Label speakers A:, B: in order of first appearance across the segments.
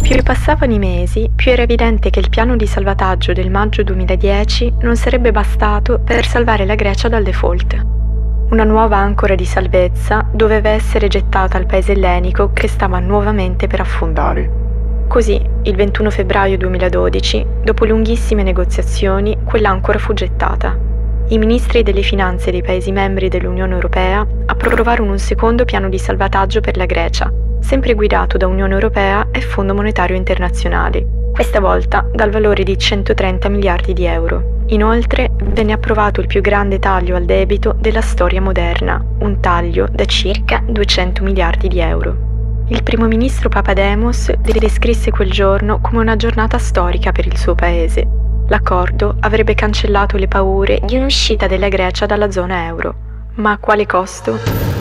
A: Più passavano i mesi, più era evidente che il piano di salvataggio del maggio 2010 non sarebbe bastato per salvare la Grecia dal default. Una nuova ancora di salvezza doveva essere gettata al paese ellenico che stava nuovamente per affondare. Così, il 21 febbraio 2012, dopo lunghissime negoziazioni, quell'ancora fu gettata. I ministri delle finanze dei Paesi membri dell'Unione Europea approvarono un secondo piano di salvataggio per la Grecia, sempre guidato da Unione Europea e Fondo Monetario Internazionale, questa volta dal valore di 130 miliardi di euro. Inoltre, venne approvato il più grande taglio al debito della storia moderna, un taglio da circa 200 miliardi di euro. Il primo ministro Papademos descrisse quel giorno come una giornata storica per il suo paese. L'accordo avrebbe cancellato le paure di un'uscita della Grecia dalla zona euro. Ma a quale costo?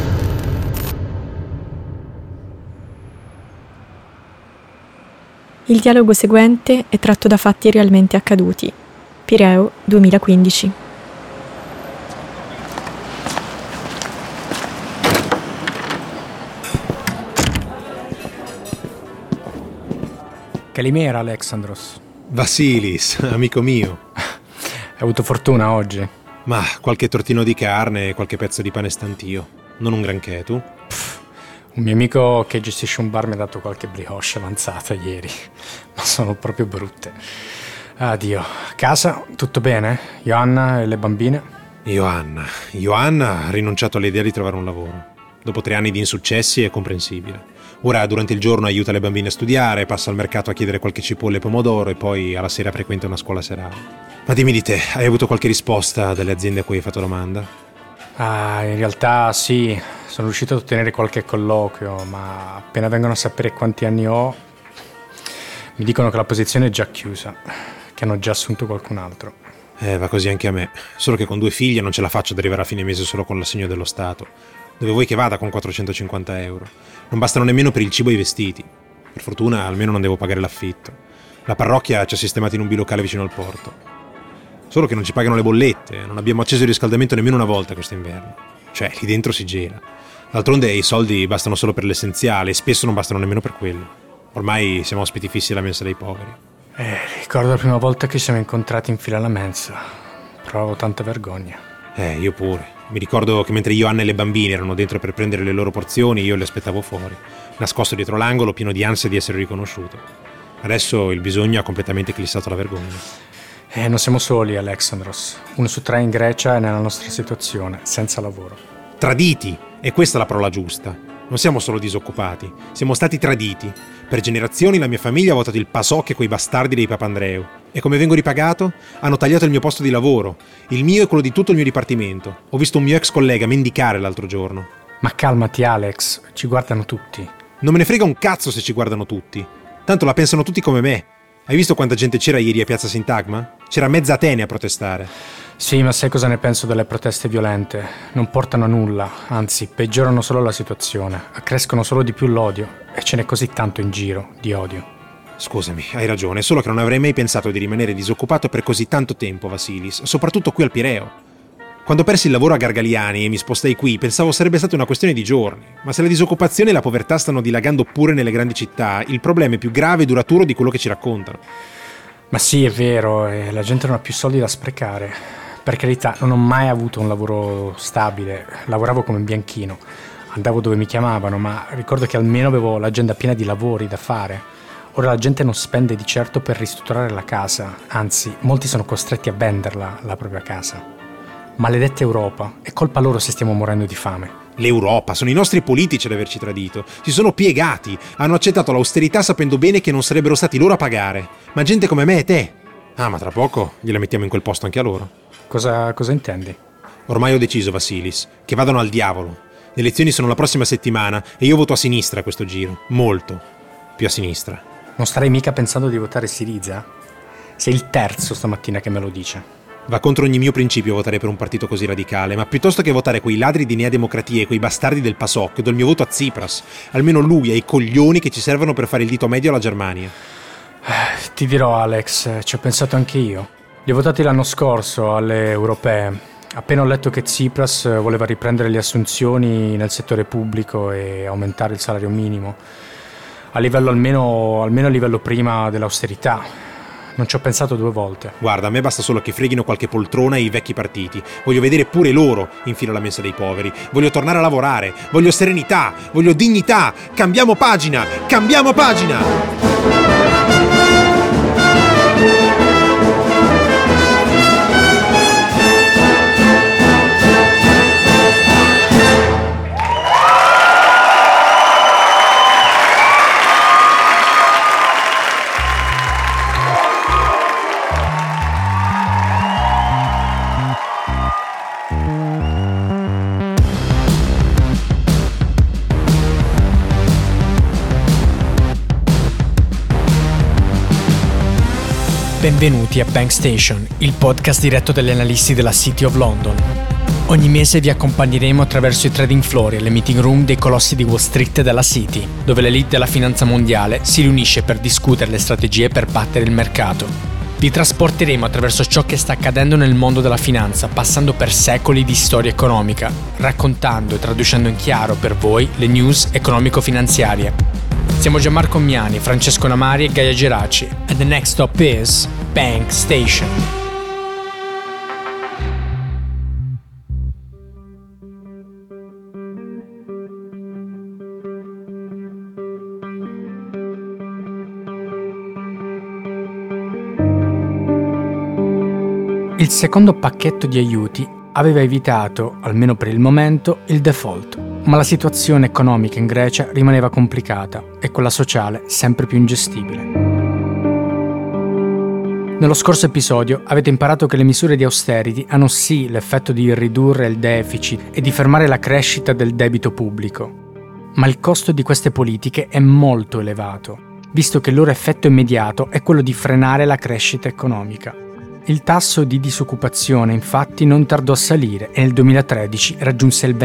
A: Il dialogo seguente è tratto da fatti realmente accaduti. Pireo, 2015.
B: Calimera, Alexandros.
C: Vasilis, amico mio.
B: Hai avuto fortuna oggi?
C: Ma qualche tortino di carne e qualche pezzo di pane stantio. Non un granché, tu?
B: Un mio amico che gestisce un bar mi ha dato qualche brioche avanzata ieri, ma sono proprio brutte. Addio. Casa, tutto bene? Joanna e le bambine?
C: Joanna ha rinunciato all'idea di trovare un lavoro. Dopo 3 anni di insuccessi è comprensibile. Ora durante il giorno aiuta le bambine a studiare, passa al mercato a chiedere qualche cipolla e pomodoro e poi alla sera frequenta una scuola serale. Ma dimmi di te, hai avuto qualche risposta dalle aziende a cui hai fatto domanda?
B: In realtà sì, sono riuscito ad ottenere qualche colloquio, ma appena vengono a sapere quanti anni ho, mi dicono che la posizione è già chiusa, che hanno già assunto qualcun altro.
C: Va così anche a me, solo che con 2 figlie non ce la faccio ad arrivare a fine mese solo con l'assegno dello Stato. Dove vuoi che vada con 450 euro? Non bastano nemmeno per il cibo e i vestiti. Per fortuna almeno non devo pagare l'affitto. La parrocchia ci ha sistemato in un bilocale vicino al porto. Solo che non ci pagano le bollette, non abbiamo acceso il riscaldamento nemmeno una volta quest'inverno. Cioè, lì dentro si gela. D'altronde i soldi bastano solo per l'essenziale e spesso non bastano nemmeno per quello. Ormai siamo ospiti fissi alla mensa dei poveri.
B: Ricordo la prima volta che ci siamo incontrati in fila alla mensa. Provavo tanta vergogna.
C: Io pure. Mi ricordo che mentre Joanna e le bambine erano dentro per prendere le loro porzioni, io le aspettavo fuori, nascosto dietro l'angolo, pieno di ansia di essere riconosciuto. Adesso il bisogno ha completamente eclissato la vergogna.
B: Non siamo soli, Alexandros. 1 su 3 in Grecia è nella nostra situazione, senza lavoro.
C: Traditi! E questa è la parola giusta. Non siamo solo disoccupati, siamo stati traditi. Per generazioni la mia famiglia ha votato il PASOK e quei bastardi dei Papandreou. E come vengo ripagato? Hanno tagliato il mio posto di lavoro, il mio e quello di tutto il mio dipartimento. Ho visto un mio ex collega mendicare l'altro giorno.
B: Ma calmati, Alex, ci guardano tutti.
C: Non me ne frega un cazzo se ci guardano tutti. Tanto la pensano tutti come me. Hai visto quanta gente c'era ieri a Piazza Sintagma? C'era mezza Atene a protestare.
B: Sì, ma sai cosa ne penso delle proteste violente? Non portano a nulla, anzi, peggiorano solo la situazione, accrescono solo di più l'odio, e ce n'è così tanto in giro, di odio.
C: Scusami, hai ragione, solo che non avrei mai pensato di rimanere disoccupato per così tanto tempo, Vasilis, soprattutto qui al Pireo. Quando persi il lavoro a Gargaliani e mi spostai qui, pensavo sarebbe stata una questione di giorni, ma se la disoccupazione e la povertà stanno dilagando pure nelle grandi città, il problema è più grave e duraturo di quello che ci raccontano.
B: Ma sì, è vero, e la gente non ha più soldi da sprecare. Per carità, non ho mai avuto un lavoro stabile, lavoravo come bianchino, andavo dove mi chiamavano, ma ricordo che almeno avevo l'agenda piena di lavori da fare. Ora la gente non spende di certo per ristrutturare la casa, anzi, molti sono costretti a venderla, la propria casa. Maledetta Europa, è colpa loro se stiamo morendo di fame.
C: L'Europa, sono i nostri politici ad averci tradito. Si sono piegati, hanno accettato l'austerità sapendo bene che non sarebbero stati loro a pagare. Ma gente come me e te. Ma tra poco gliela mettiamo in quel posto anche a loro.
B: Cosa intendi?
C: Ormai ho deciso, Vasilis, che vadano al diavolo. Le elezioni sono la prossima settimana e io voto a sinistra questo giro. Molto più a sinistra.
B: Non starei mica pensando di votare Syriza? Sei il terzo stamattina che me lo dice.
C: Va contro ogni mio principio votare per un partito così radicale, ma piuttosto che votare quei ladri di Nea Democratia e quei bastardi del PASOK, do il mio voto a Tsipras. Almeno lui ha i coglioni che ci servono per fare il dito medio alla Germania.
B: Ti dirò, Alex, ci ho pensato anche io. Li ho votati l'anno scorso alle europee. Appena ho letto che Tsipras voleva riprendere le assunzioni nel settore pubblico e aumentare il salario minimo, a livello almeno a livello prima dell'austerità. Non ci ho pensato 2 volte.
C: Guarda, a me basta solo che freghino qualche poltrona ai vecchi partiti. Voglio vedere pure loro in fila alla mensa dei poveri. Voglio tornare a lavorare. Voglio serenità. Voglio dignità. Cambiamo pagina. Cambiamo pagina.
B: Benvenuti a Bank Station, il podcast diretto dagli analisti della City of London. Ogni mese vi accompagneremo attraverso i trading floor e le meeting room dei colossi di Wall Street e della City, dove l'elite della finanza mondiale si riunisce per discutere le strategie per battere il mercato. Vi trasporteremo attraverso ciò che sta accadendo nel mondo della finanza, passando per secoli di storia economica, raccontando e traducendo in chiaro per voi le news economico-finanziarie. Siamo Gianmarco Miani, Francesco Namari e Gaia Geraci, and the next stop is Bank Station. Il secondo pacchetto di aiuti aveva evitato, almeno per il momento, il default, ma la situazione economica in Grecia rimaneva complicata e quella sociale sempre più ingestibile. Nello scorso episodio avete imparato che le misure di austerity hanno sì l'effetto di ridurre il deficit e di fermare la crescita del debito pubblico, ma il costo di queste politiche è molto elevato, visto che il loro effetto immediato è quello di frenare la crescita economica. Il tasso di disoccupazione infatti non tardò a salire e nel 2013 raggiunse il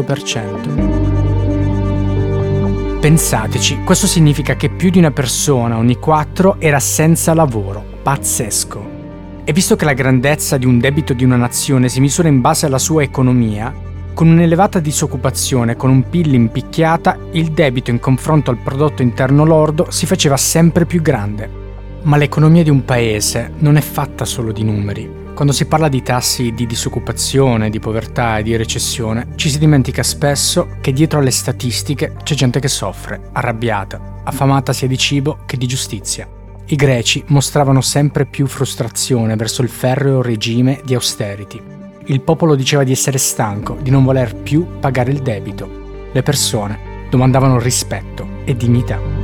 B: 28%. Pensateci, questo significa che più di una persona ogni 4 era senza lavoro. Pazzesco. E visto che la grandezza di un debito di una nazione si misura in base alla sua economia, con un'elevata disoccupazione, con un PIL in picchiata, il debito in confronto al prodotto interno lordo si faceva sempre più grande. Ma l'economia di un paese non è fatta solo di numeri. Quando si parla di tassi di disoccupazione, di povertà e di recessione, ci si dimentica spesso che dietro alle statistiche c'è gente che soffre, arrabbiata, affamata sia di cibo che di giustizia. I greci mostravano sempre più frustrazione verso il ferreo regime di austerity. Il popolo diceva di essere stanco, di non voler più pagare il debito. Le persone domandavano rispetto e dignità.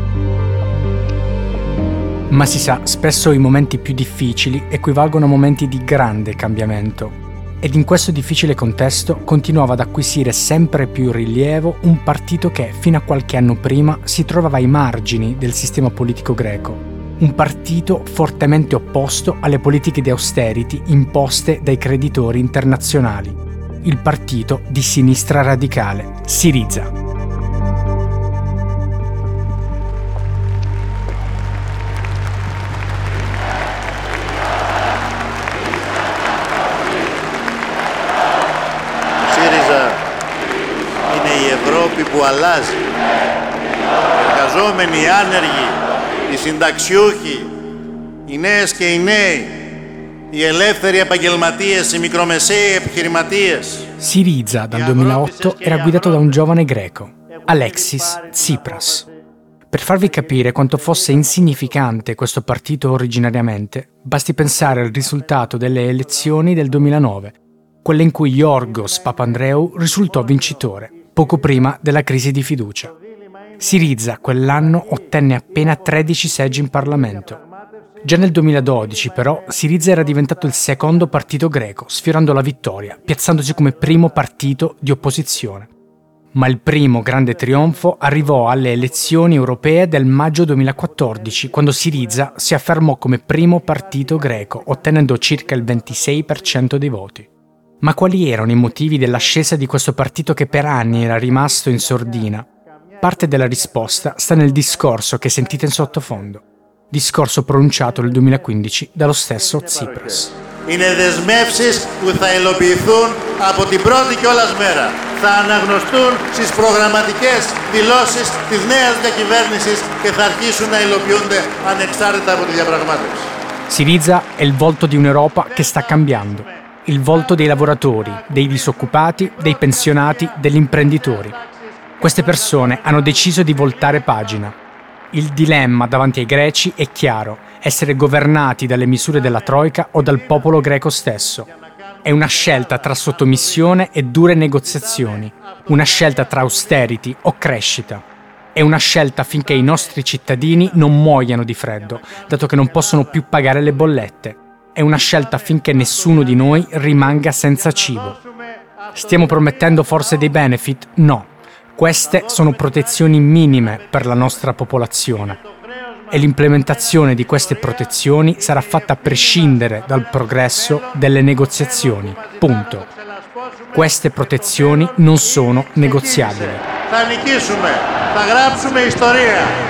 B: Ma si sa, spesso i momenti più difficili equivalgono a momenti di grande cambiamento. Ed in questo difficile contesto continuava ad acquisire sempre più rilievo un partito che, fino a qualche anno prima, si trovava ai margini del sistema politico greco. Un partito fortemente opposto alle politiche di austerity imposte dai creditori internazionali. Il partito di sinistra radicale, Syriza.
D: Που αλλάζει. Οι εργαζόμενοι, οι άνεργοι, οι συνταξιούχοι, οι νέες και οι νέοι, οι ελεύθεροι επαγγελματίες, οι μικρομεσαίοι επιχειρηματίες.
B: Syriza dal 2008 era guidato da un giovane greco, Alexis Tsipras. Per farvi capire quanto fosse insignificante questo partito originariamente, basti pensare al risultato delle elezioni del 2009, quelle in cui Yorgos Papandreou risultò vincitore, poco prima della crisi di fiducia. Syriza quell'anno ottenne appena 13 seggi in Parlamento. Già nel 2012, però, Syriza era diventato il secondo partito greco, sfiorando la vittoria, piazzandosi come primo partito di opposizione. Ma il primo grande trionfo arrivò alle elezioni europee del maggio 2014, quando Syriza si affermò come primo partito greco, ottenendo circa il 26% dei voti. Ma quali erano i motivi dell'ascesa di questo partito che per anni era rimasto in sordina? Parte della risposta sta nel discorso che sentite in sottofondo. Discorso pronunciato nel 2015 dallo stesso Tsipras.
D: Είναι δεσμεύσεις που θα υλοποιηθούν από την πρώτη κιόλας μέρα. θα αναγνωστούν στις προγραμματικές δηλώσεις της νέας διακυβέρνησης και θα αρχίσουν να υλοποιούνται ανεξάρτητα από τη διαπραγμάτευση.
B: Syriza è il volto di un'Europa che sta cambiando, il volto dei lavoratori, dei disoccupati, dei pensionati, degli imprenditori. Queste persone hanno deciso di voltare pagina. Il dilemma davanti ai greci è chiaro: essere governati dalle misure della Troika o dal popolo greco stesso. È una scelta tra sottomissione e dure negoziazioni, una scelta tra austerity o crescita. È una scelta affinché i nostri cittadini non muoiano di freddo, dato che non possono più pagare le bollette. È una scelta affinché nessuno di noi rimanga senza cibo. Stiamo promettendo forse dei benefit? No. Queste sono protezioni minime per la nostra popolazione. E l'implementazione di queste protezioni sarà fatta a prescindere dal progresso delle negoziazioni. Punto. Queste protezioni non sono negoziabili.
D: Θα νικήσουμε, θα γράψουμε ιστορία.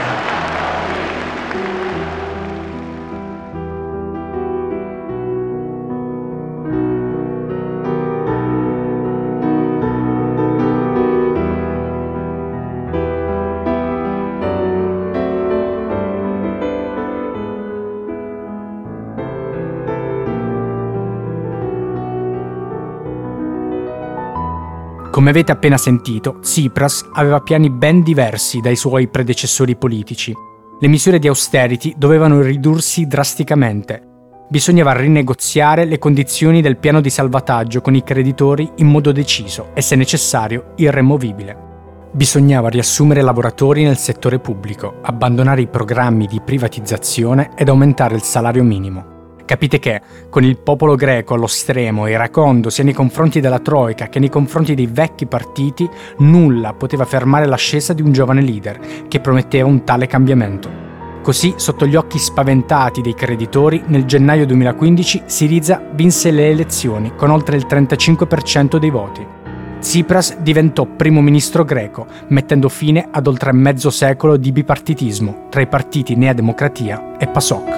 B: Come avete appena sentito, Tsipras aveva piani ben diversi dai suoi predecessori politici. Le misure di austerity dovevano ridursi drasticamente. Bisognava rinegoziare le condizioni del piano di salvataggio con i creditori in modo deciso e, se necessario, irremovibile. Bisognava riassumere lavoratori nel settore pubblico, abbandonare i programmi di privatizzazione ed aumentare il salario minimo. Capite che, con il popolo greco allo stremo e iracondo sia nei confronti della Troika che nei confronti dei vecchi partiti, nulla poteva fermare l'ascesa di un giovane leader che prometteva un tale cambiamento. Così, sotto gli occhi spaventati dei creditori, nel gennaio 2015 Syriza vinse le elezioni con oltre il 35% dei voti. Tsipras diventò primo ministro greco, mettendo fine ad oltre mezzo secolo di bipartitismo tra i partiti Nea Demokratia e PASOK.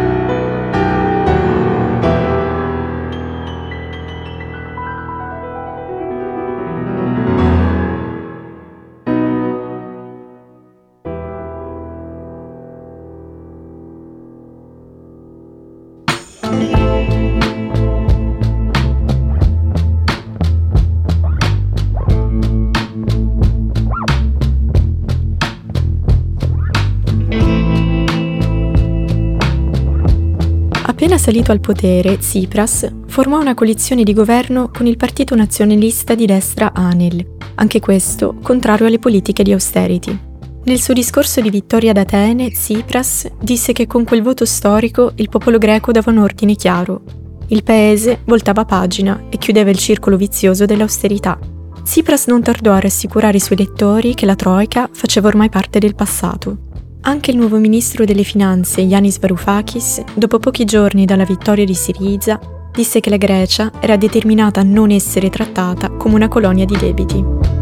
A: Appena salito al potere, Tsipras formò una coalizione di governo con il partito nazionalista di destra ANEL, anche questo contrario alle politiche di austerity. Nel suo discorso di vittoria ad Atene, Tsipras disse che con quel voto storico il popolo greco dava un ordine chiaro. Il paese voltava pagina e chiudeva il circolo vizioso dell'austerità. Tsipras non tardò a rassicurare i suoi elettori che la Troika faceva ormai parte del passato. Anche il nuovo ministro delle finanze, Yanis Varoufakis, dopo pochi giorni dalla vittoria di Syriza, disse che la Grecia era determinata a non essere trattata come una colonia di debiti.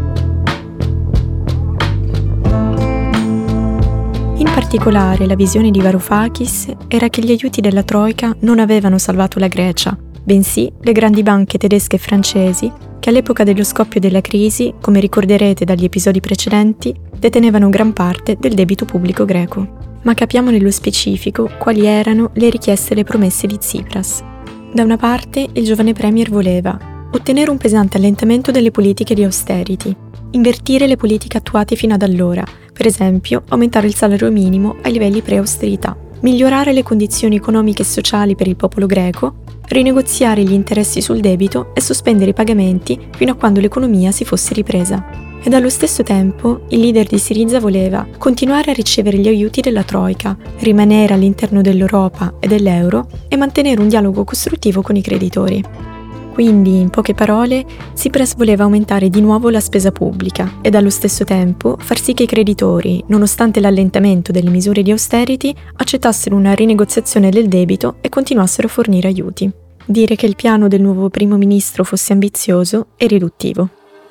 A: In particolare, la visione di Varoufakis era che gli aiuti della Troika non avevano salvato la Grecia, bensì le grandi banche tedesche e francesi che all'epoca dello scoppio della crisi, come ricorderete dagli episodi precedenti, detenevano gran parte del debito pubblico greco. Ma capiamo nello specifico quali erano le richieste e le promesse di Tsipras. Da una parte, il giovane premier voleva ottenere un pesante allentamento delle politiche di austerity, invertire le politiche attuate fino ad allora, per esempio aumentare il salario minimo ai livelli pre-austerità, migliorare le condizioni economiche e sociali per il popolo greco, rinegoziare gli interessi sul debito e sospendere i pagamenti fino a quando l'economia si fosse ripresa. Ed allo stesso tempo il leader di Syriza voleva continuare a ricevere gli aiuti della Troika, rimanere all'interno dell'Europa e dell'euro e mantenere un dialogo costruttivo con i creditori. Quindi, in poche parole, Tsipras voleva aumentare di nuovo la spesa pubblica ed allo stesso tempo far sì che i creditori, nonostante l'allentamento delle misure di austerity, accettassero una rinegoziazione del debito e continuassero a fornire aiuti. Dire che il piano del nuovo primo ministro fosse ambizioso è riduttivo.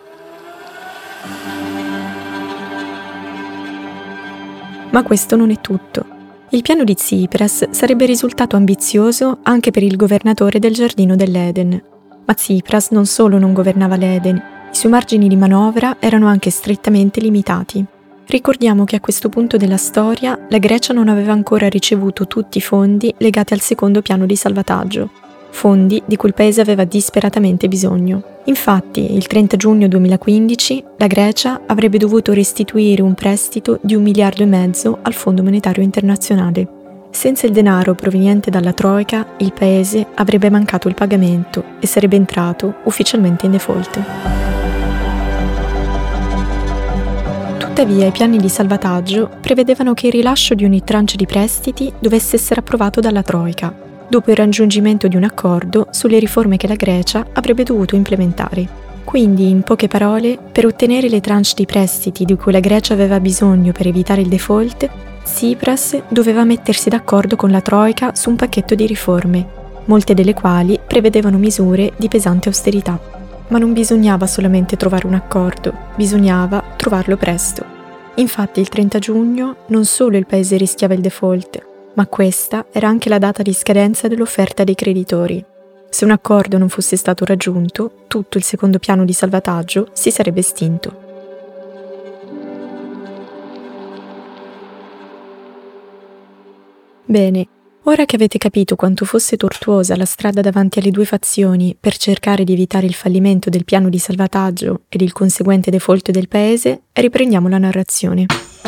A: Ma questo non è tutto. Il piano di Tsipras sarebbe risultato ambizioso anche per il governatore del Giardino dell'Eden. Ma Tsipras non solo non governava l'Eden, I suoi margini di manovra erano anche strettamente limitati. Ricordiamo che a questo punto della storia la Grecia non aveva ancora ricevuto tutti i fondi legati al secondo piano di salvataggio, fondi di cui il paese aveva disperatamente bisogno. Infatti, il 30 giugno 2015, la Grecia avrebbe dovuto restituire un prestito di 1,5 miliardi al Fondo Monetario Internazionale. Senza il denaro proveniente dalla Troika, il paese avrebbe mancato il pagamento e sarebbe entrato ufficialmente in default. Tuttavia, i piani di salvataggio prevedevano che il rilascio di ogni tranche di prestiti dovesse essere approvato dalla Troika, dopo il raggiungimento di un accordo sulle riforme che la Grecia avrebbe dovuto implementare. Quindi, in poche parole, per ottenere le tranche di prestiti di cui la Grecia aveva bisogno per evitare il default, Tsipras doveva mettersi d'accordo con la Troika su un pacchetto di riforme, molte delle quali prevedevano misure di pesante austerità. Ma non bisognava solamente trovare un accordo, bisognava trovarlo presto. Infatti il 30 giugno non solo il paese rischiava il default, ma questa era anche la data di scadenza dell'offerta dei creditori. Se un accordo non fosse stato raggiunto, tutto il secondo piano di salvataggio si sarebbe estinto. Bene, ora che avete capito quanto fosse tortuosa la strada davanti alle due fazioni per cercare di evitare il fallimento del piano di salvataggio ed il conseguente default del paese, riprendiamo la narrazione.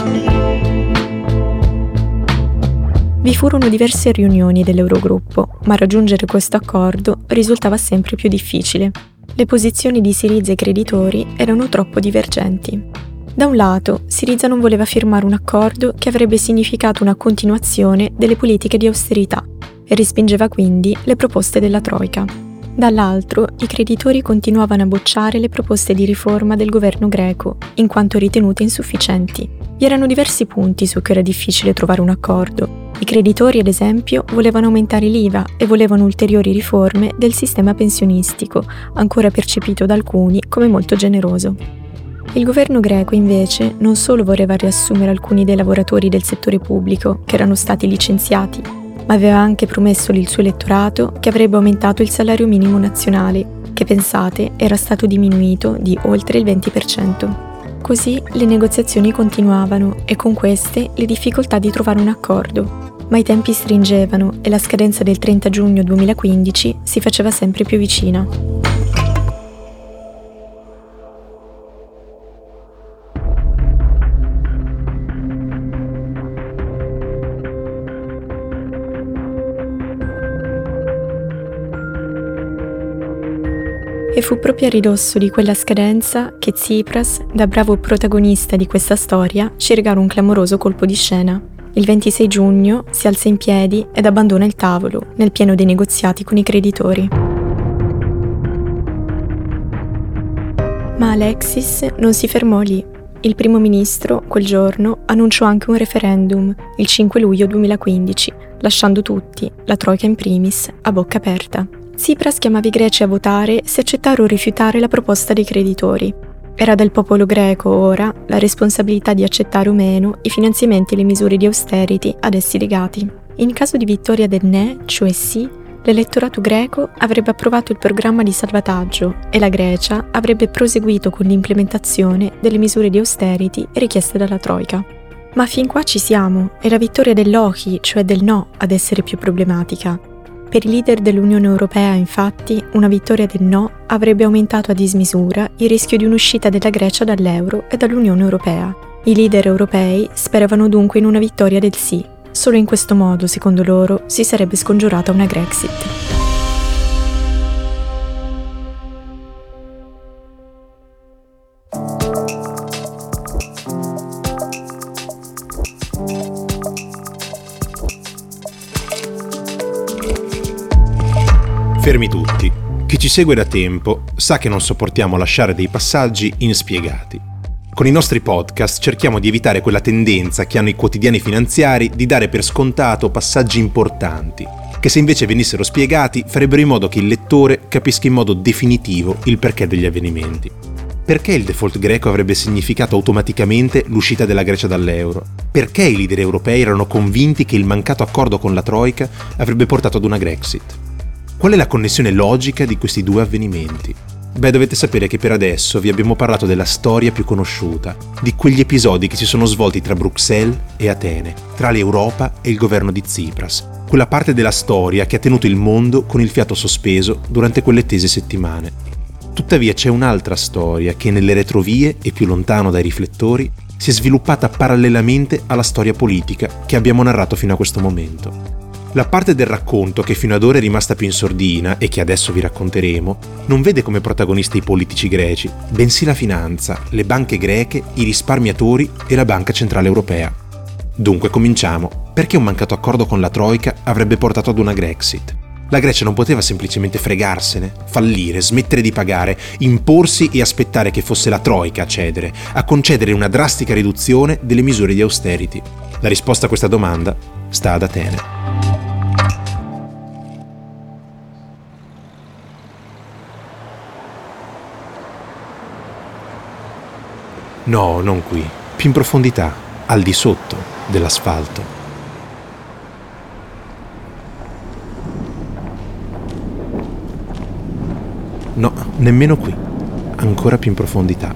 A: Vi furono diverse riunioni dell'Eurogruppo, ma raggiungere questo accordo risultava sempre più difficile. Le posizioni di Syriza e i creditori erano troppo divergenti. Da un lato, Syriza non voleva firmare un accordo che avrebbe significato una continuazione delle politiche di austerità e respingeva quindi le proposte della Troika. Dall'altro, i creditori continuavano a bocciare le proposte di riforma del governo greco, in quanto ritenute insufficienti. Vi erano diversi punti su cui era difficile trovare un accordo. I creditori, ad esempio, volevano aumentare l'IVA e volevano ulteriori riforme del sistema pensionistico, ancora percepito da alcuni come molto generoso. Il governo greco, invece, non solo voleva riassumere alcuni dei lavoratori del settore pubblico che erano stati licenziati, ma aveva anche promesso al suo elettorato che avrebbe aumentato il salario minimo nazionale, che pensate era stato diminuito di oltre il 20%. Così le negoziazioni continuavano e con queste le difficoltà di trovare un accordo, ma i tempi stringevano e la scadenza del 30 giugno 2015 si faceva sempre più vicina. E fu proprio a ridosso di quella scadenza che Tsipras, da bravo protagonista di questa storia, ci regalò un clamoroso colpo di scena. Il 26 giugno si alza in piedi ed abbandona il tavolo, nel pieno dei negoziati con i creditori. Ma Alexis non si fermò lì. Il primo ministro, quel giorno, annunciò anche un referendum, il 5 luglio 2015, lasciando tutti, la Troika in primis, a bocca aperta. Tsipras chiamava i greci a votare se accettare o rifiutare la proposta dei creditori. Era del popolo greco, ora, la responsabilità di accettare o meno i finanziamenti e le misure di austerity ad essi legati. In caso di vittoria del ne, cioè sì, l'elettorato greco avrebbe approvato il programma di salvataggio e la Grecia avrebbe proseguito con l'implementazione delle misure di austerity richieste dalla Troika. Ma fin qua ci siamo, è la vittoria dell'ohi, cioè del no, ad essere più problematica. Per i leader dell'Unione Europea, infatti, una vittoria del no avrebbe aumentato a dismisura il rischio di un'uscita della Grecia dall'euro e dall'Unione Europea. I leader europei speravano dunque in una vittoria del sì. Solo in questo modo, secondo loro, si sarebbe scongiurata una Grexit.
C: Fermi tutti. Chi ci segue da tempo sa che non sopportiamo lasciare dei passaggi inspiegati. Con i nostri podcast cerchiamo di evitare quella tendenza che hanno i quotidiani finanziari di dare per scontato passaggi importanti, che se invece venissero spiegati farebbero in modo che il lettore capisca in modo definitivo il perché degli avvenimenti. Perché il default greco avrebbe significato automaticamente l'uscita della Grecia dall'euro? Perché i leader europei erano convinti che il mancato accordo con la Troika avrebbe portato ad una Grexit? Qual è la connessione logica di questi due avvenimenti? Beh, dovete sapere che per adesso vi abbiamo parlato della storia più conosciuta, di quegli episodi che si sono svolti tra Bruxelles e Atene, tra l'Europa e il governo di Tsipras, quella parte della storia che ha tenuto il mondo con il fiato sospeso durante quelle tese settimane. Tuttavia c'è un'altra storia che nelle retrovie e più lontano dai riflettori si è sviluppata parallelamente alla storia politica che abbiamo narrato fino a questo momento. La parte del racconto che fino ad ora è rimasta più in sordina e che adesso vi racconteremo non vede come protagonisti i politici greci, bensì la finanza, le banche greche, i risparmiatori e la Banca Centrale Europea. Dunque cominciamo. Perché un mancato accordo con la Troika avrebbe portato ad una Grexit? La Grecia non poteva semplicemente fregarsene, fallire, smettere di pagare, imporsi e aspettare che fosse la Troika a cedere, a concedere una drastica riduzione delle misure di austerity. La risposta a questa domanda sta ad Atene. No, non qui, più in profondità, al di sotto dell'asfalto. No, nemmeno qui, ancora più in profondità.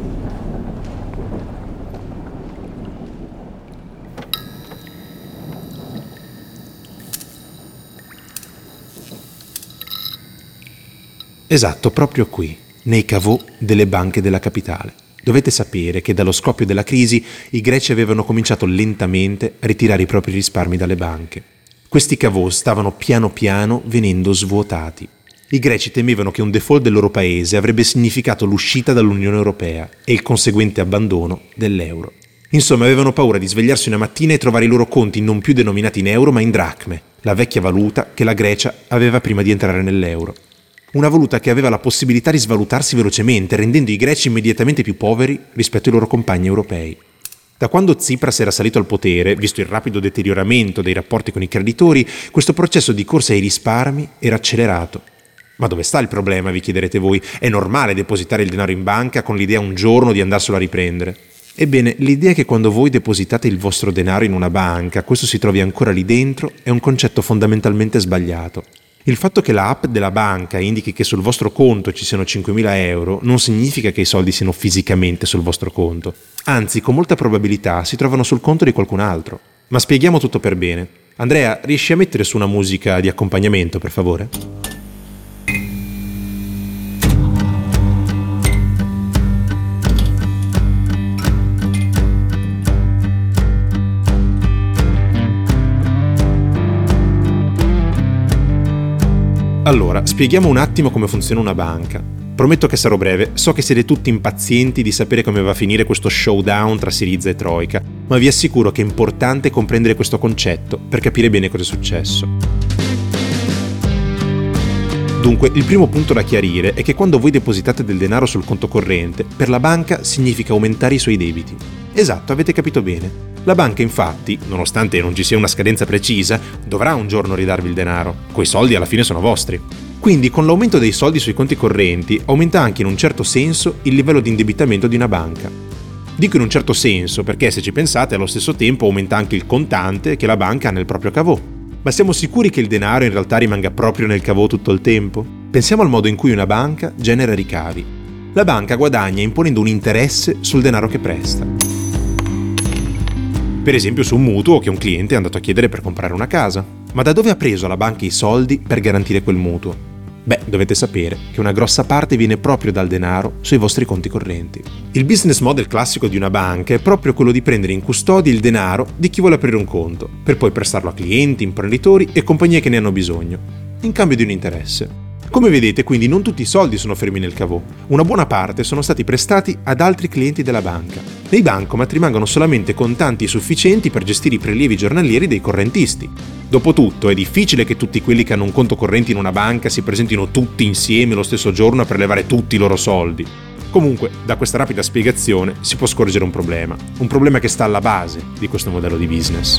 C: Esatto, proprio qui, nei caveau delle banche della capitale. Dovete sapere che dallo scoppio della crisi i greci avevano cominciato lentamente a ritirare i propri risparmi dalle banche. Questi caveau stavano piano piano venendo svuotati. I greci temevano che un default del loro paese avrebbe significato l'uscita dall'Unione Europea e il conseguente abbandono dell'euro. Insomma, avevano paura di svegliarsi una mattina e trovare i loro conti non più denominati in euro ma in dracme, la vecchia valuta che la Grecia aveva prima di entrare nell'euro. Una valuta che aveva la possibilità di svalutarsi velocemente, rendendo i greci immediatamente più poveri rispetto ai loro compagni europei. Da quando Tsipras era salito al potere, visto il rapido deterioramento dei rapporti con i creditori, questo processo di corsa ai risparmi era accelerato. Ma dove sta il problema, vi chiederete voi? È normale depositare il denaro in banca con l'idea un giorno di andarselo a riprendere? Ebbene, l'idea che quando voi depositate il vostro denaro in una banca, questo si trovi ancora lì dentro, è un concetto fondamentalmente sbagliato. Il fatto che la app della banca indichi che sul vostro conto ci siano 5.000 euro non significa che i soldi siano fisicamente sul vostro conto. Anzi, con molta probabilità si trovano sul conto di qualcun altro. Ma spieghiamo tutto per bene. Andrea, riesci a mettere su una musica di accompagnamento, per favore? Allora, spieghiamo un attimo come funziona una banca. Prometto che sarò breve, so che siete tutti impazienti di sapere come va a finire questo showdown tra Syriza e Troika, ma vi assicuro che è importante comprendere questo concetto per capire bene cosa è successo. Dunque, il primo punto da chiarire è che quando voi depositate del denaro sul conto corrente, per la banca significa aumentare i suoi debiti. Esatto, avete capito bene. La banca infatti, nonostante non ci sia una scadenza precisa, dovrà un giorno ridarvi il denaro. Quei soldi alla fine sono vostri. Quindi con l'aumento dei soldi sui conti correnti aumenta anche in un certo senso il livello di indebitamento di una banca. Dico in un certo senso perché se ci pensate allo stesso tempo aumenta anche il contante che la banca ha nel proprio caveau. Ma siamo sicuri che il denaro in realtà rimanga proprio nel caveau tutto il tempo? Pensiamo al modo in cui una banca genera ricavi. La banca guadagna imponendo un interesse sul denaro che presta. Per esempio su un mutuo che un cliente è andato a chiedere per comprare una casa. Ma da dove ha preso la banca i soldi per garantire quel mutuo? Beh, dovete sapere che una grossa parte viene proprio dal denaro sui vostri conti correnti. Il business model classico di una banca è proprio quello di prendere in custodia il denaro di chi vuole aprire un conto, per poi prestarlo a clienti, imprenditori e compagnie che ne hanno bisogno, in cambio di un interesse. Come vedete, quindi, non tutti i soldi sono fermi nel caveau. Una buona parte sono stati prestati ad altri clienti della banca. Nei bancomat rimangono solamente contanti sufficienti per gestire i prelievi giornalieri dei correntisti. Dopotutto, è difficile che tutti quelli che hanno un conto corrente in una banca si presentino tutti insieme lo stesso giorno a prelevare tutti i loro soldi. Comunque, da questa rapida spiegazione si può scorgere un problema che sta alla base di questo modello di business.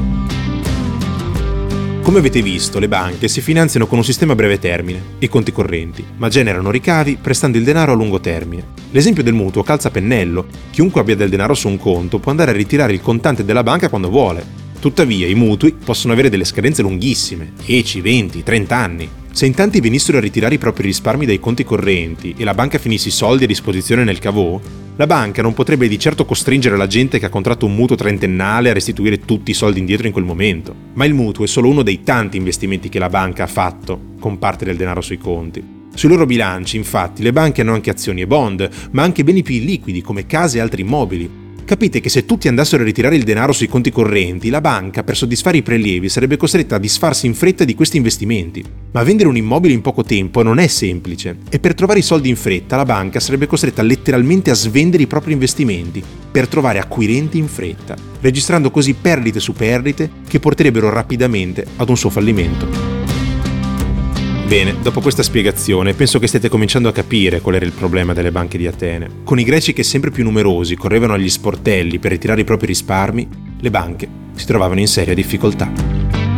C: Come avete visto, le banche si finanziano con un sistema a breve termine, i conti correnti, ma generano ricavi prestando il denaro a lungo termine. L'esempio del mutuo calza a pennello. Chiunque abbia del denaro su un conto può andare a ritirare il contante della banca quando vuole. Tuttavia, i mutui possono avere delle scadenze lunghissime, 10, 20, 30 anni. Se in tanti venissero a ritirare i propri risparmi dai conti correnti e la banca finisse i soldi a disposizione nel caveau, la banca non potrebbe di certo costringere la gente che ha contratto un mutuo trentennale a restituire tutti i soldi indietro in quel momento. Ma il mutuo è solo uno dei tanti investimenti che la banca ha fatto con parte del denaro sui conti. Sui loro bilanci, infatti, le banche hanno anche azioni e bond, ma anche beni più illiquidi come case e altri immobili. Capite che se tutti andassero a ritirare il denaro sui conti correnti, la banca, per soddisfare i prelievi, sarebbe costretta a disfarsi in fretta di questi investimenti. Ma vendere un immobile in poco tempo non è semplice, e per trovare i soldi in fretta la banca sarebbe costretta letteralmente a svendere i propri investimenti per trovare acquirenti in fretta, registrando così perdite su perdite che porterebbero rapidamente ad un suo fallimento. Bene, dopo questa spiegazione penso che stiate cominciando a capire qual era il problema delle banche di Atene. Con i greci che sempre più numerosi correvano agli sportelli per ritirare i propri risparmi, le banche si trovavano in seria difficoltà.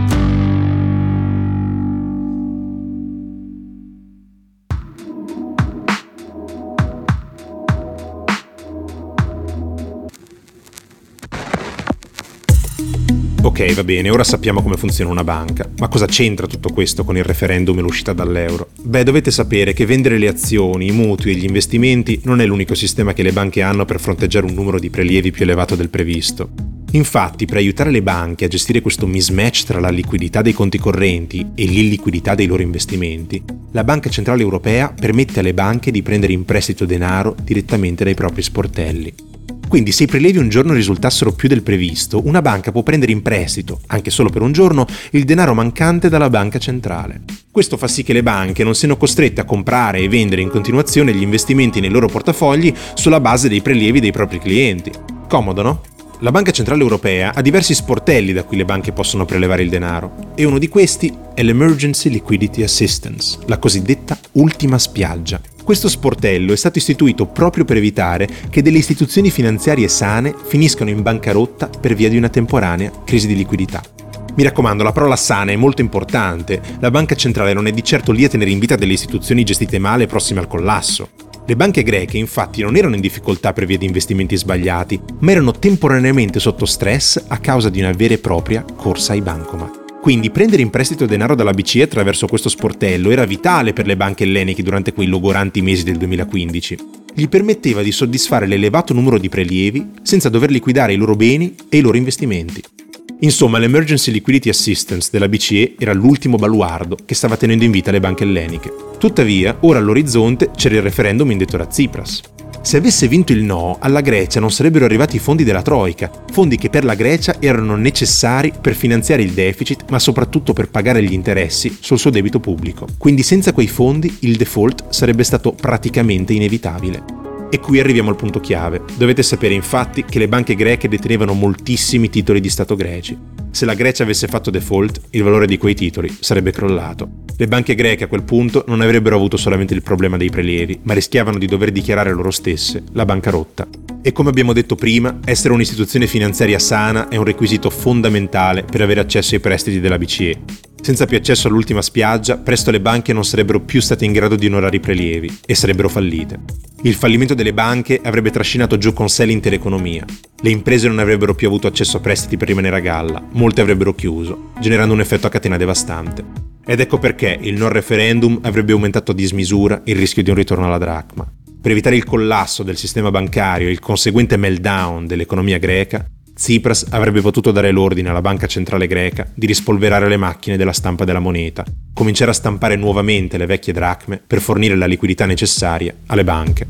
C: Ok, va bene, ora sappiamo come funziona una banca, ma cosa c'entra tutto questo con il referendum e l'uscita dall'euro? Beh, dovete sapere che vendere le azioni, i mutui e gli investimenti non è l'unico sistema che le banche hanno per fronteggiare un numero di prelievi più elevato del previsto. Infatti, per aiutare le banche a gestire questo mismatch tra la liquidità dei conti correnti e l'illiquidità dei loro investimenti, la Banca Centrale Europea permette alle banche di prendere in prestito denaro direttamente dai propri sportelli. Quindi se i prelievi un giorno risultassero più del previsto, una banca può prendere in prestito, anche solo per un giorno, il denaro mancante dalla banca centrale. Questo fa sì che le banche non siano costrette a comprare e vendere in continuazione gli investimenti nei loro portafogli sulla base dei prelievi dei propri clienti. Comodo, no? La Banca Centrale Europea ha diversi sportelli da cui le banche possono prelevare il denaro, e uno di questi è l'Emergency Liquidity Assistance, la cosiddetta ultima spiaggia. Questo sportello è stato istituito proprio per evitare che delle istituzioni finanziarie sane finiscano in bancarotta per via di una temporanea crisi di liquidità. Mi raccomando, la parola sana è molto importante. La banca centrale non è di certo lì a tenere in vita delle istituzioni gestite male e prossime al collasso. Le banche greche infatti non erano in difficoltà per via di investimenti sbagliati, ma erano temporaneamente sotto stress a causa di una vera e propria corsa ai bancomat. Quindi prendere in prestito denaro dalla BCE attraverso questo sportello era vitale per le banche elleniche durante quei logoranti mesi del 2015. Gli permetteva di soddisfare l'elevato numero di prelievi senza dover liquidare i loro beni e i loro investimenti. Insomma, l'Emergency Liquidity Assistance della BCE era l'ultimo baluardo che stava tenendo in vita le banche elleniche. Tuttavia, ora all'orizzonte c'era il referendum indetto da Tsipras. Se avesse vinto il no, alla Grecia non sarebbero arrivati i fondi della Troika, fondi che per la Grecia erano necessari per finanziare il deficit, ma soprattutto per pagare gli interessi sul suo debito pubblico. Quindi senza quei fondi il default sarebbe stato praticamente inevitabile. E qui arriviamo al punto chiave. Dovete sapere infatti che le banche greche detenevano moltissimi titoli di Stato greci. Se la Grecia avesse fatto default, il valore di quei titoli sarebbe crollato. Le banche greche a quel punto non avrebbero avuto solamente il problema dei prelievi, ma rischiavano di dover dichiarare loro stesse la bancarotta. E come abbiamo detto prima, essere un'istituzione finanziaria sana è un requisito fondamentale per avere accesso ai prestiti della BCE. Senza più accesso all'ultima spiaggia, presto le banche non sarebbero più state in grado di onorare i prelievi e sarebbero fallite. Il fallimento delle banche avrebbe trascinato giù con sé l'intera economia. Le imprese non avrebbero più avuto accesso a prestiti per rimanere a galla, molte avrebbero chiuso, generando un effetto a catena devastante. Ed ecco perché il no referendum avrebbe aumentato a dismisura il rischio di un ritorno alla dracma. Per evitare il collasso del sistema bancario e il conseguente meltdown dell'economia greca, Tsipras avrebbe potuto dare l'ordine alla banca centrale greca di rispolverare le macchine della stampa della moneta, cominciare a stampare nuovamente le vecchie dracme per fornire la liquidità necessaria alle banche.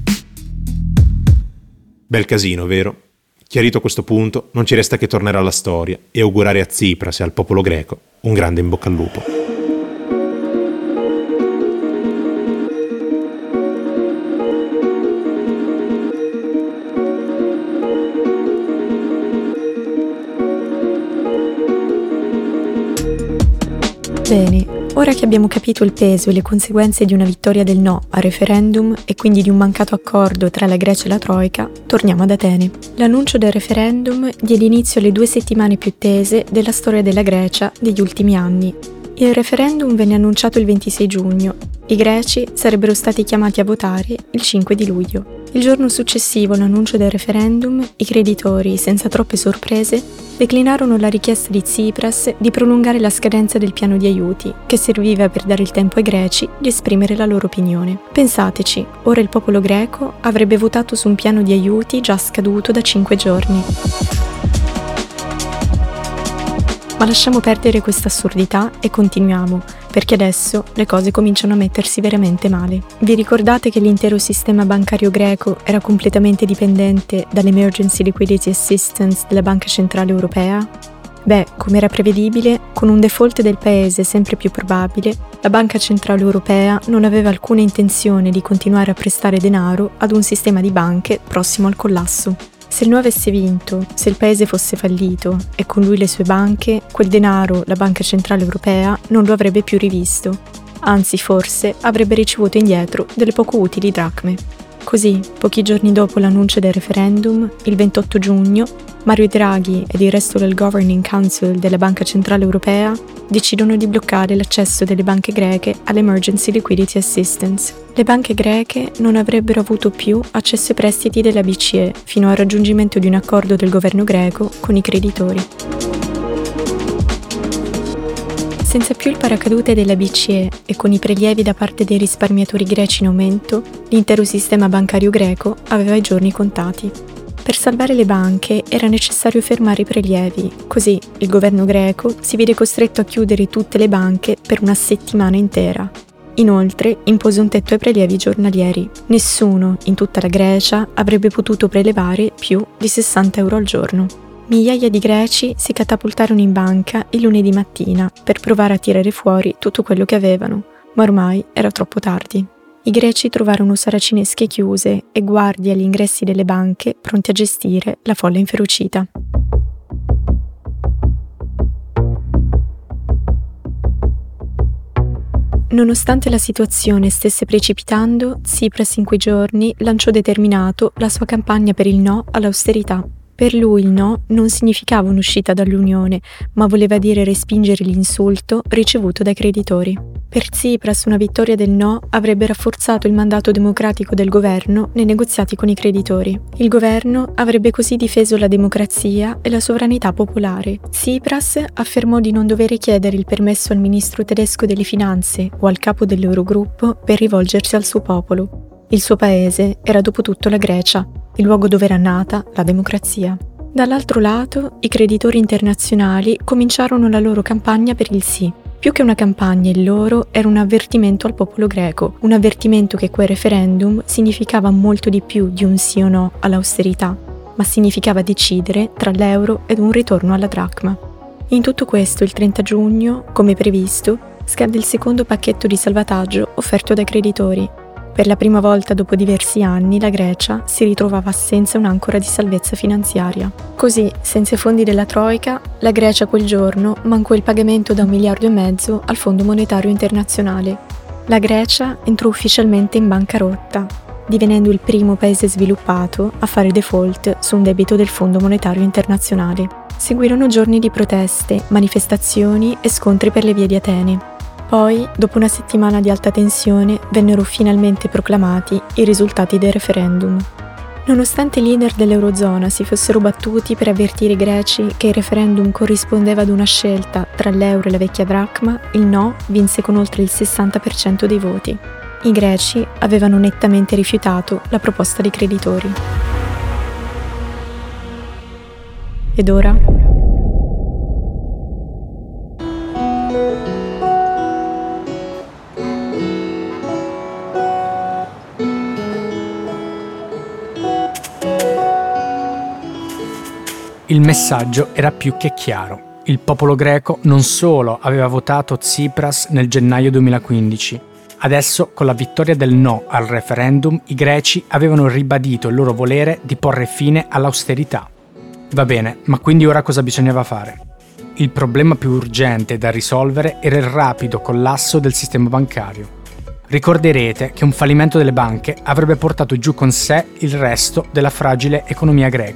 C: Bel casino, vero? Chiarito questo punto, non ci resta che tornare alla storia e augurare a Tsipras e al popolo greco un grande in bocca al lupo.
A: Bene, ora che abbiamo capito il peso e le conseguenze di una vittoria del no al referendum e quindi di un mancato accordo tra la Grecia e la Troika, torniamo ad Atene. L'annuncio del referendum diede inizio alle 2 settimane più tese della storia della Grecia degli ultimi anni. Il referendum venne annunciato il 26 giugno. I greci sarebbero stati chiamati a votare il 5 di luglio. Il giorno successivo all'annuncio del referendum, i creditori, senza troppe sorprese, declinarono la richiesta di Tsipras di prolungare la scadenza del piano di aiuti, che serviva per dare il tempo ai greci di esprimere la loro opinione. Pensateci, ora il popolo greco avrebbe votato su un piano di aiuti già scaduto da 5 giorni. Ma lasciamo perdere questa assurdità e continuiamo, perché adesso le cose cominciano a mettersi veramente male. Vi ricordate che l'intero sistema bancario greco era completamente dipendente dall'Emergency Liquidity Assistance della Banca Centrale Europea? Beh, come era prevedibile, con un default del paese sempre più probabile, la Banca Centrale Europea non aveva alcuna intenzione di continuare a prestare denaro ad un sistema di banche prossimo al collasso. Se il no avesse vinto, se il paese fosse fallito e con lui le sue banche, quel denaro la Banca Centrale Europea non lo avrebbe più rivisto. Anzi, forse avrebbe ricevuto indietro delle poco utili dracme. Così, pochi giorni dopo l'annuncio del referendum, il 28 giugno, Mario Draghi ed il resto del Governing Council della Banca Centrale Europea decidono di bloccare l'accesso delle banche greche all'Emergency Liquidity Assistance. Le banche greche non avrebbero avuto più accesso ai prestiti della BCE fino al raggiungimento di un accordo del governo greco con i creditori. Senza più il paracadute della BCE e con i prelievi da parte dei risparmiatori greci in aumento, l'intero sistema bancario greco aveva i giorni contati. Per salvare le banche era necessario fermare i prelievi, così il governo greco si vide costretto a chiudere tutte le banche per una settimana intera. Inoltre impose un tetto ai prelievi giornalieri. Nessuno in tutta la Grecia avrebbe potuto prelevare più di 60 euro al giorno. Migliaia di greci si catapultarono in banca il lunedì mattina per provare a tirare fuori tutto quello che avevano, ma ormai era troppo tardi. I greci trovarono saracinesche chiuse e guardie agli ingressi delle banche pronti a gestire la folla inferocita. Nonostante la situazione stesse precipitando, Tsipras in quei giorni lanciò determinato la sua campagna per il no all'austerità. Per lui il no non significava un'uscita dall'Unione, ma voleva dire respingere l'insulto ricevuto dai creditori. Per Tsipras una vittoria del no avrebbe rafforzato il mandato democratico del governo nei negoziati con i creditori. Il governo avrebbe così difeso la democrazia e la sovranità popolare. Tsipras affermò di non dover chiedere il permesso al ministro tedesco delle finanze o al capo dell'Eurogruppo per rivolgersi al suo popolo. Il suo paese era dopotutto la Grecia, il luogo dove era nata la democrazia. Dall'altro lato, i creditori internazionali cominciarono la loro campagna per il sì. Più che una campagna, il loro era un avvertimento al popolo greco, un avvertimento che quel referendum significava molto di più di un sì o no all'austerità, ma significava decidere tra l'euro ed un ritorno alla dracma. In tutto questo, il 30 giugno, come previsto, scade il secondo pacchetto di salvataggio offerto dai creditori. Per la prima volta dopo diversi anni la Grecia si ritrovava senza un'ancora di salvezza finanziaria. Così, senza i fondi della Troika, la Grecia quel giorno mancò il pagamento da 1,5 miliardi al Fondo Monetario Internazionale. La Grecia entrò ufficialmente in bancarotta, divenendo il primo paese sviluppato a fare default su un debito del Fondo Monetario Internazionale. Seguirono giorni di proteste, manifestazioni e scontri per le vie di Atene. Poi, dopo una settimana di alta tensione, vennero finalmente proclamati i risultati del referendum. Nonostante i leader dell'Eurozona si fossero battuti per avvertire i greci che il referendum corrispondeva ad una scelta tra l'euro e la vecchia dracma, il no vinse con oltre il 60% dei voti. I greci avevano nettamente rifiutato la proposta dei creditori. Ed ora?
B: Il messaggio era più che chiaro. Il popolo greco non solo aveva votato Tsipras nel gennaio 2015, adesso con la vittoria del no al referendum i greci avevano ribadito il loro volere di porre fine all'austerità. Va bene, ma quindi ora cosa bisognava fare? Il problema più urgente da risolvere era il rapido collasso del sistema bancario. Ricorderete che un fallimento delle banche avrebbe portato giù con sé il resto della fragile economia greca.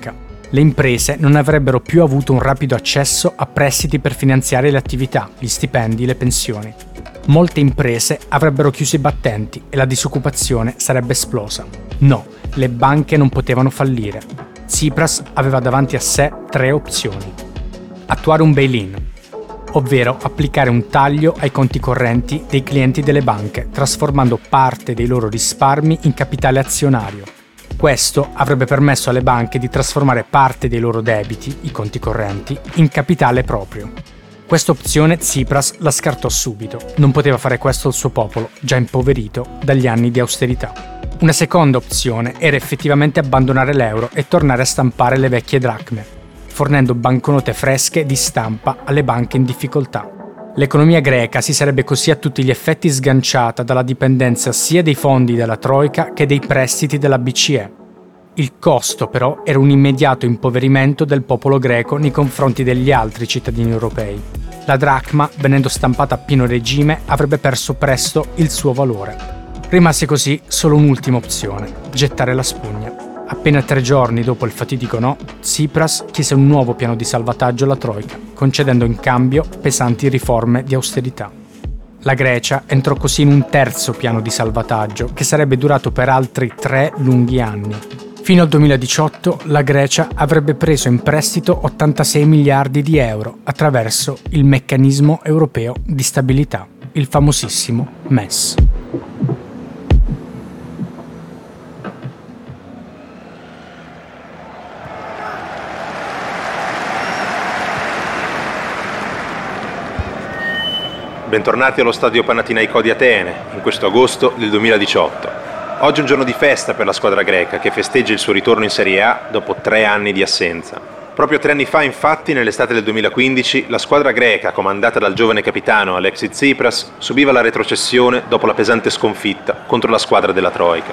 B: Le imprese non avrebbero più avuto un rapido accesso a prestiti per finanziare le attività, gli stipendi, le pensioni. Molte imprese avrebbero chiuso i battenti e la disoccupazione sarebbe esplosa. No, le banche non potevano fallire. Tsipras aveva davanti a sé 3 opzioni. Attuare un bail-in, ovvero applicare un taglio ai conti correnti dei clienti delle banche, trasformando parte dei loro risparmi in capitale azionario. Questo avrebbe permesso alle banche di trasformare parte dei loro debiti, i conti correnti, in capitale proprio. Questa opzione Tsipras la scartò subito. Non poteva fare questo al suo popolo, già impoverito dagli anni di austerità. Una seconda opzione era effettivamente abbandonare l'euro e tornare a stampare le vecchie dracme, fornendo banconote fresche di stampa alle banche in difficoltà. L'economia greca si sarebbe così a tutti gli effetti sganciata dalla dipendenza sia dei fondi della Troika che dei prestiti della BCE. Il costo, però, era un immediato impoverimento del popolo greco nei confronti degli altri cittadini europei. La dracma, venendo stampata a pieno regime, avrebbe perso presto il suo valore. Rimase così solo un'ultima opzione: gettare la spugna. Appena 3 giorni dopo il fatidico no, Tsipras chiese un nuovo piano di salvataggio alla Troika, concedendo in cambio pesanti riforme di austerità. La Grecia entrò così in un terzo piano di salvataggio che sarebbe durato per altri 3 lunghi anni. Fino al 2018 la Grecia avrebbe preso in prestito 86 miliardi di euro attraverso il meccanismo europeo di stabilità, il famosissimo MES.
C: Bentornati allo stadio Panathinaikos di Atene, in questo agosto del 2018. Oggi è un giorno di festa per la squadra greca che festeggia il suo ritorno in Serie A dopo 3 anni di assenza. Proprio 3 anni fa, infatti, nell'estate del 2015, la squadra greca, comandata dal giovane capitano Alexis Tsipras, subiva la retrocessione dopo la pesante sconfitta contro la squadra della Troika.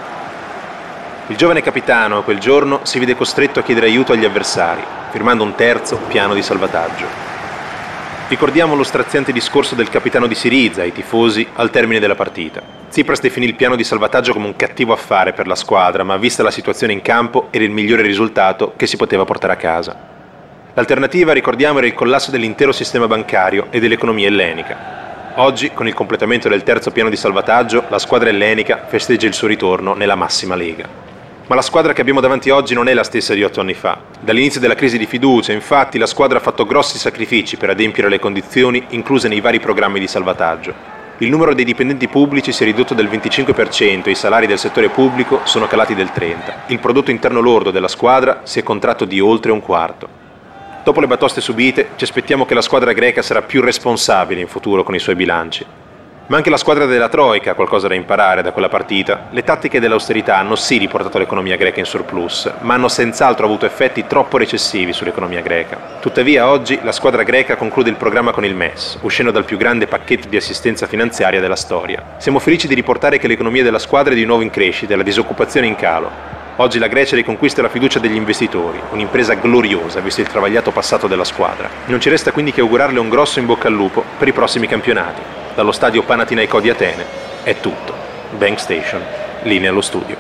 C: Il giovane capitano quel giorno si vide costretto a chiedere aiuto agli avversari, firmando un terzo piano di salvataggio. Ricordiamo lo straziante discorso del capitano di Siriza ai tifosi al termine della partita. Tsipras definì il piano di salvataggio come un cattivo affare per la squadra, ma vista la situazione in campo era il migliore risultato che si poteva portare a casa. L'alternativa, ricordiamo, era il collasso dell'intero sistema bancario e dell'economia ellenica. Oggi, con il completamento del terzo piano di salvataggio, la squadra ellenica festeggia il suo ritorno nella massima lega. Ma la squadra che abbiamo davanti oggi non è la stessa di 8 anni fa. Dall'inizio della crisi di fiducia, infatti, la squadra ha fatto grossi sacrifici per adempiere le condizioni incluse nei vari programmi di salvataggio. Il numero dei dipendenti pubblici si è ridotto del 25% e i salari del settore pubblico sono calati del 30%. Il prodotto interno lordo della squadra si è contratto di oltre un quarto. Dopo le batoste subite, ci aspettiamo che la squadra greca sarà più responsabile in futuro con i suoi bilanci. Ma anche la squadra della Troika ha qualcosa da imparare da quella partita. Le tattiche dell'austerità hanno sì riportato l'economia greca in surplus, ma hanno senz'altro avuto effetti troppo recessivi sull'economia greca. Tuttavia oggi la squadra greca conclude il programma con il MES, uscendo dal più grande pacchetto di assistenza finanziaria della storia. Siamo felici di riportare che l'economia della squadra è di nuovo in crescita e la disoccupazione in calo. Oggi la Grecia riconquista la fiducia degli investitori, un'impresa gloriosa visto il travagliato passato della squadra. Non ci resta quindi che augurarle un grosso in bocca al lupo per i prossimi campionati. Dallo stadio Panathinaikos di Atene è tutto. Bank Station, linea allo studio.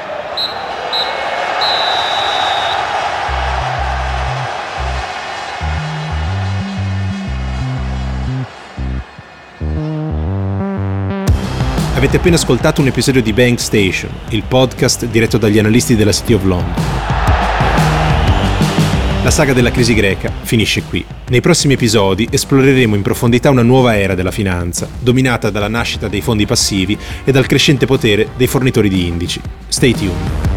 C: Avete appena ascoltato un episodio di Bank Station, il podcast diretto dagli analisti della City of London. La saga della crisi greca finisce qui. Nei prossimi episodi esploreremo in profondità una nuova era della finanza, dominata dalla nascita dei fondi passivi e dal crescente potere dei fornitori di indici. Stay tuned.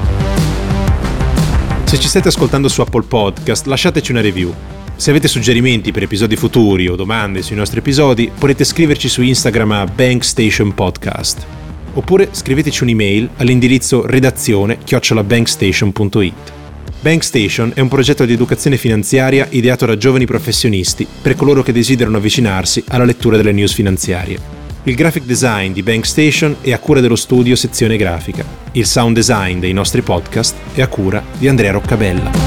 C: Se ci state ascoltando su Apple Podcast, lasciateci una review. Se avete suggerimenti per episodi futuri o domande sui nostri episodi, potete scriverci su Instagram a Bank Station Podcast. Oppure scriveteci un'email all'indirizzo redazione@bankstation.it. Bank Station è un progetto di educazione finanziaria ideato da giovani professionisti per coloro che desiderano avvicinarsi alla lettura delle news finanziarie. Il graphic design di Bank Station è a cura dello studio Sezione Grafica. Il sound design dei nostri podcast è a cura di Andrea Roccabella.